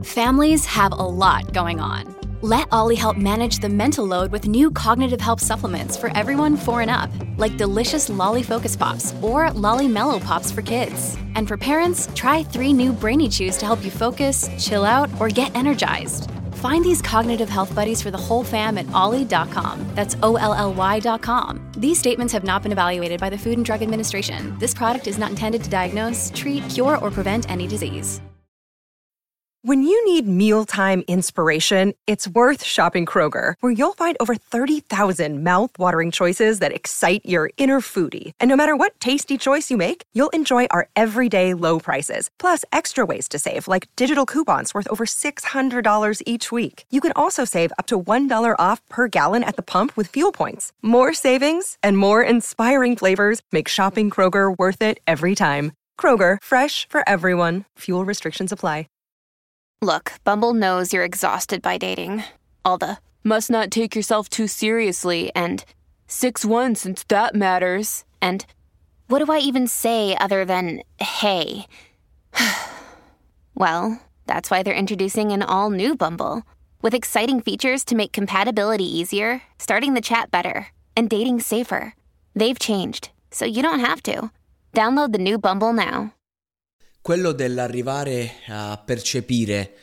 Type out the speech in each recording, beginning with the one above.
Families have a lot going on. Let Ollie help manage the mental load with new cognitive help supplements for everyone 4 and up, like delicious Lolly Focus Pops or Lolly Mellow Pops for kids. And for parents, try 3 new Brainy Chews to help you focus, chill out, or get energized. Find these cognitive health buddies for the whole fam at ollie.com. That's OLLY.com. These statements have not been evaluated by the Food and Drug Administration. This product is not intended to diagnose, treat, cure, or prevent any disease. When you need mealtime inspiration, it's worth shopping Kroger, where you'll find over 30,000 mouth-watering choices that excite your inner foodie. And no matter what tasty choice you make, you'll enjoy our everyday low prices, plus extra ways to save, like digital coupons worth over $600 each week. You can also save up to $1 off per gallon at the pump with fuel points. More savings and more inspiring flavors make shopping Kroger worth it every time. Kroger, fresh for everyone. Fuel restrictions apply. Look, Bumble knows you're exhausted by dating. All the, must not take yourself too seriously, and 6'1" since that matters, and what do I even say other than, hey? Well, that's why they're introducing an all-new Bumble, with exciting features to make compatibility easier, starting the chat better, and dating safer. They've changed, so you don't have to. Download the new Bumble now. Quello dell'arrivare a percepire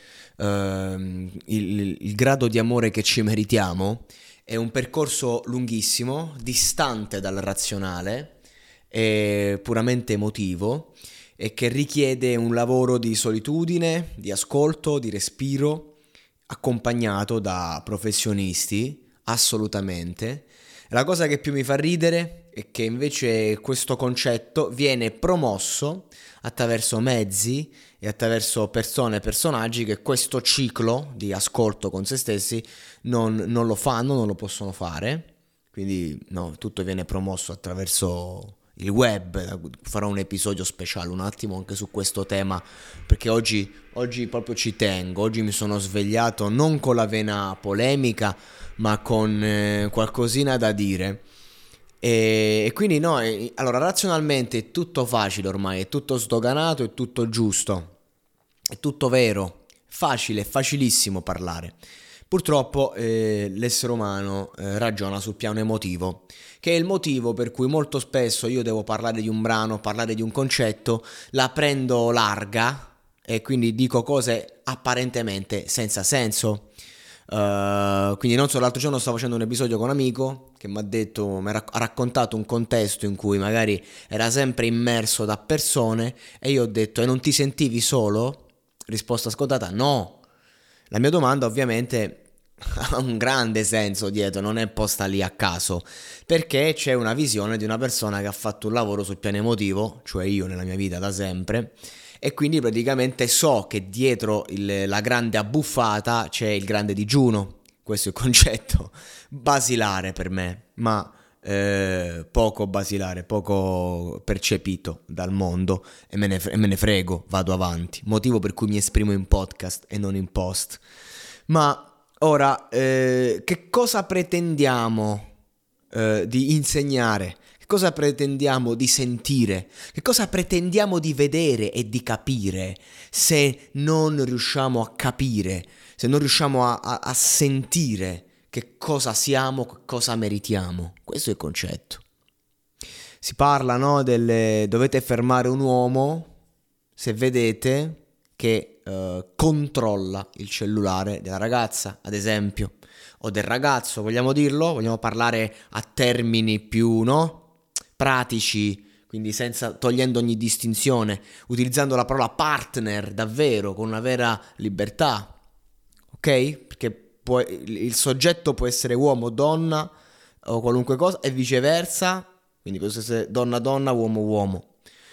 il grado di amore che ci meritiamo è un percorso lunghissimo, distante dal razionale e puramente emotivo, e che richiede un lavoro di solitudine, di ascolto, di respiro, accompagnato da professionisti, assolutamente. La cosa che più mi fa ridere è che invece questo concetto viene promosso attraverso mezzi e attraverso persone e personaggi che questo ciclo di ascolto con se stessi non lo fanno, non lo possono fare. Quindi no, tutto viene promosso attraverso il web. Farò un episodio speciale un attimo anche su questo tema, perché oggi proprio ci tengo. Oggi mi sono svegliato non con la vena polemica, ma con qualcosina da dire. E quindi no, allora razionalmente è tutto facile ormai, è tutto sdoganato, è tutto giusto, è tutto vero, facile, è facilissimo parlare. Purtroppo l'essere umano ragiona sul piano emotivo, che è il motivo per cui molto spesso io devo parlare di un brano, parlare di un concetto, la prendo larga e quindi dico cose apparentemente senza senso. Quindi non so, l'altro giorno stavo facendo un episodio con un amico che mi ha raccontato un contesto in cui magari era sempre immerso da persone, e io ho detto: e non ti sentivi solo? Risposta scontata: no. La mia domanda ovviamente ha un grande senso dietro, non è posta lì a caso, perché c'è una visione di una persona che ha fatto un lavoro sul piano emotivo, cioè io nella mia vita da sempre, e quindi praticamente so che dietro la grande abbuffata c'è il grande digiuno. Questo è il concetto basilare per me, ma poco basilare, poco percepito dal mondo, e me ne frego, vado avanti. Motivo per cui mi esprimo in podcast e non in post. Ma ora, che cosa pretendiamo di insegnare? Che cosa pretendiamo di sentire? Che cosa pretendiamo di vedere e di capire se non riusciamo a capire, se non riusciamo a sentire che cosa siamo, che cosa meritiamo? Questo è il concetto. Si parla, no, dovete fermare un uomo se vedete che controlla il cellulare della ragazza, ad esempio, o del ragazzo, vogliamo dirlo? Vogliamo parlare a termini più, no? Pratici, quindi togliendo ogni distinzione, utilizzando la parola partner davvero, con una vera libertà, ok? Perché il soggetto può essere uomo, donna o qualunque cosa, e viceversa, quindi può essere donna, donna, uomo, uomo.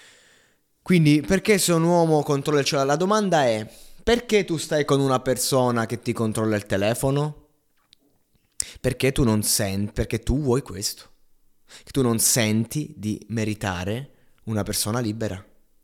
Quindi perché se un uomo controlla il cellulare? La domanda è: perché tu stai con una persona che ti controlla il telefono? Perché tu non senti, perché tu vuoi questo, che tu non senti di meritare una persona libera,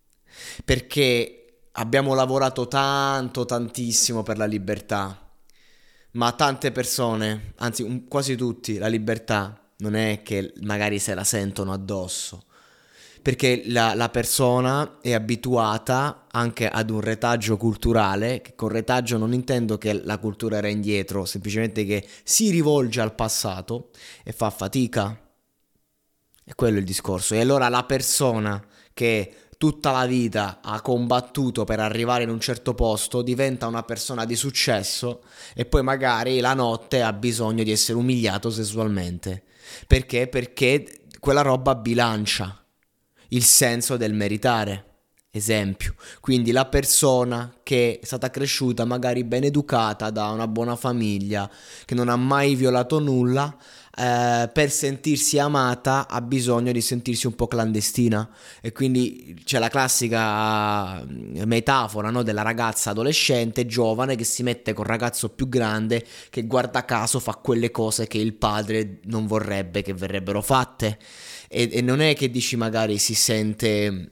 perché abbiamo lavorato tantissimo per la libertà, ma tante persone, anzi quasi tutti, la libertà non è che magari se la sentono addosso, perché la persona è abituata anche ad un retaggio culturale, che con retaggio non intendo che la cultura era indietro, semplicemente che si rivolge al passato e fa fatica. E quello è il discorso. E allora la persona che tutta la vita ha combattuto per arrivare in un certo posto diventa una persona di successo e poi magari la notte ha bisogno di essere umiliato sessualmente. Perché? Perché quella roba bilancia il senso del meritare. Esempio, quindi la persona che è stata cresciuta magari ben educata da una buona famiglia, che non ha mai violato nulla, per sentirsi amata ha bisogno di sentirsi un po' clandestina, e quindi c'è la classica metafora, no, della ragazza adolescente giovane che si mette col ragazzo più grande che guarda caso fa quelle cose che il padre non vorrebbe che verrebbero fatte, e non è che dici magari si sente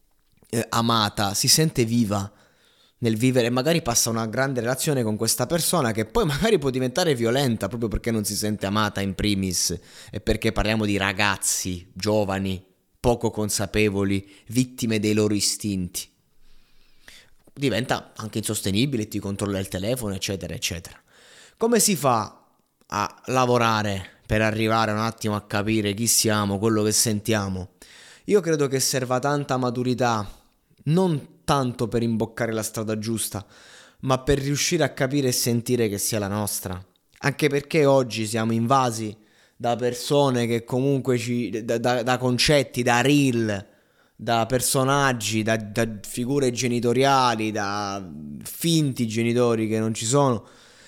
amata, si sente viva nel vivere, magari passa una grande relazione con questa persona che poi magari può diventare violenta proprio perché non si sente amata in primis, e perché parliamo di ragazzi giovani, poco consapevoli, vittime dei loro istinti. Diventa anche insostenibile, ti controlla il telefono, eccetera, eccetera. Come si fa a lavorare per arrivare un attimo a capire chi siamo, quello che sentiamo? Io credo che serva tanta maturità, non tanto per imboccare la strada giusta, ma per riuscire a capire e sentire che sia la nostra. Anche perché oggi siamo invasi da persone che comunque da concetti, da reel, da personaggi, da figure genitoriali, da finti genitori che non ci sono.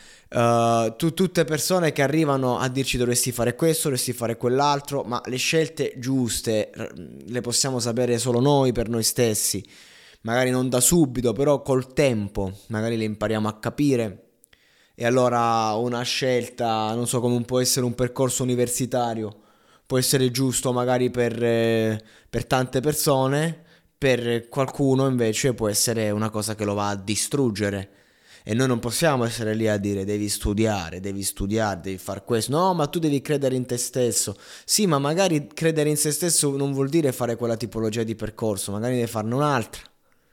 Tutte persone che arrivano a dirci dovresti fare questo, dovresti fare quell'altro, ma le scelte giuste le possiamo sapere solo noi per noi stessi, magari non da subito, però col tempo magari le impariamo a capire. E allora una scelta, non so, come può essere un percorso universitario, può essere giusto magari per tante persone, per qualcuno invece può essere una cosa che lo va a distruggere. E noi non possiamo essere lì a dire devi studiare, devi fare questo. No, ma tu devi credere in te stesso. Sì, ma magari credere in se stesso non vuol dire fare quella tipologia di percorso, magari devi farne un'altra.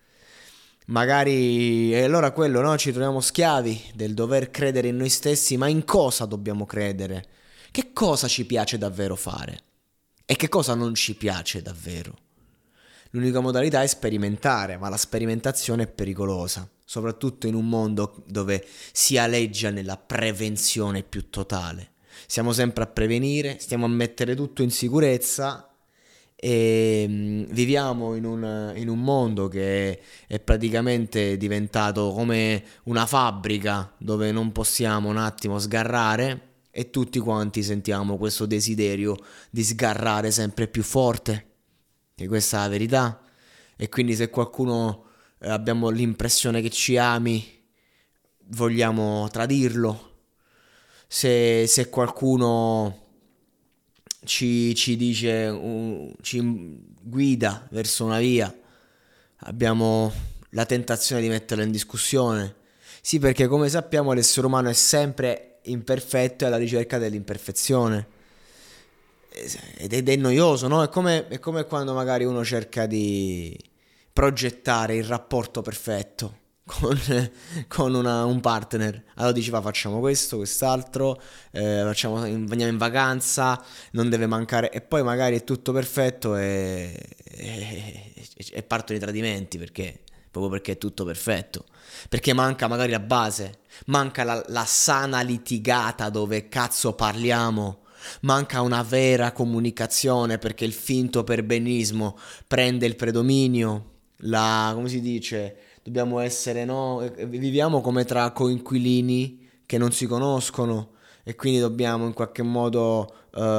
Magari, e allora quello, no? Ci troviamo schiavi del dover credere in noi stessi, ma in cosa dobbiamo credere? Che cosa ci piace davvero fare? E che cosa non ci piace davvero? L'unica modalità è sperimentare, ma la sperimentazione è pericolosa, soprattutto in un mondo dove si aleggia nella prevenzione più totale. Siamo sempre a prevenire, stiamo a mettere tutto in sicurezza e viviamo in un mondo che è praticamente diventato come una fabbrica dove non possiamo un attimo sgarrare, e tutti quanti sentiamo questo desiderio di sgarrare sempre più forte. E questa è la verità. E quindi se qualcuno abbiamo l'impressione che ci ami, vogliamo tradirlo. Se qualcuno ci dice, ci guida verso una via, abbiamo la tentazione di metterla in discussione. Sì, perché come sappiamo l'essere umano è sempre imperfetto e alla ricerca dell'imperfezione. Ed è noioso, no? È come quando magari uno cerca di progettare il rapporto perfetto con un partner. Allora dici, facciamo questo, quest'altro, andiamo in vacanza, non deve mancare, e poi magari è tutto perfetto e partono i tradimenti, proprio perché è tutto perfetto, perché manca magari la base, manca la sana litigata dove cazzo parliamo. Manca una vera comunicazione, perché il finto perbenismo prende il predominio. Come si dice? Dobbiamo essere, no? Viviamo come tra coinquilini che non si conoscono, e quindi dobbiamo in qualche modo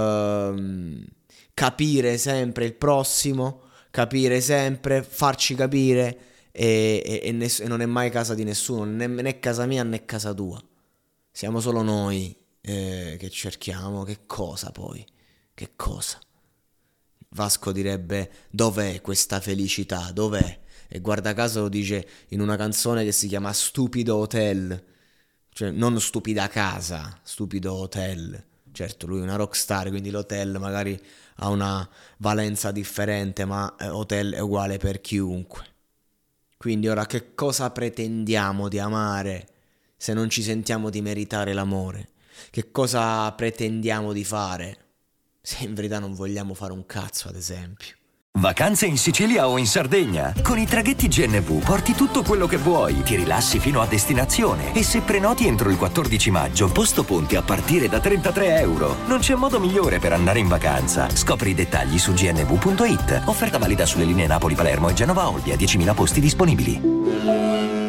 capire sempre il prossimo, capire sempre, farci capire, e non è mai casa di nessuno, né casa mia né casa tua. Siamo solo noi che cerchiamo. Che cosa poi? Che cosa? Vasco direbbe: dov'è questa felicità? Dov'è? E guarda caso lo dice in una canzone che si chiama Stupido Hotel, cioè non stupida casa, stupido hotel, Certo, lui è una rockstar, quindi l'hotel magari ha una valenza differente, ma hotel è uguale per chiunque. Quindi ora che cosa pretendiamo di amare se non ci sentiamo di meritare l'amore? Che cosa pretendiamo di fare se in verità non vogliamo fare un cazzo, ad esempio? Vacanze in Sicilia o in Sardegna. Con i traghetti GNV porti tutto quello che vuoi, ti rilassi fino a destinazione e se prenoti entro il 14 maggio, posto ponti a partire da €33. Non c'è modo migliore per andare in vacanza. Scopri i dettagli su gnv.it. Offerta valida sulle linee Napoli-Palermo e Genova-Olbia, 10.000 posti disponibili.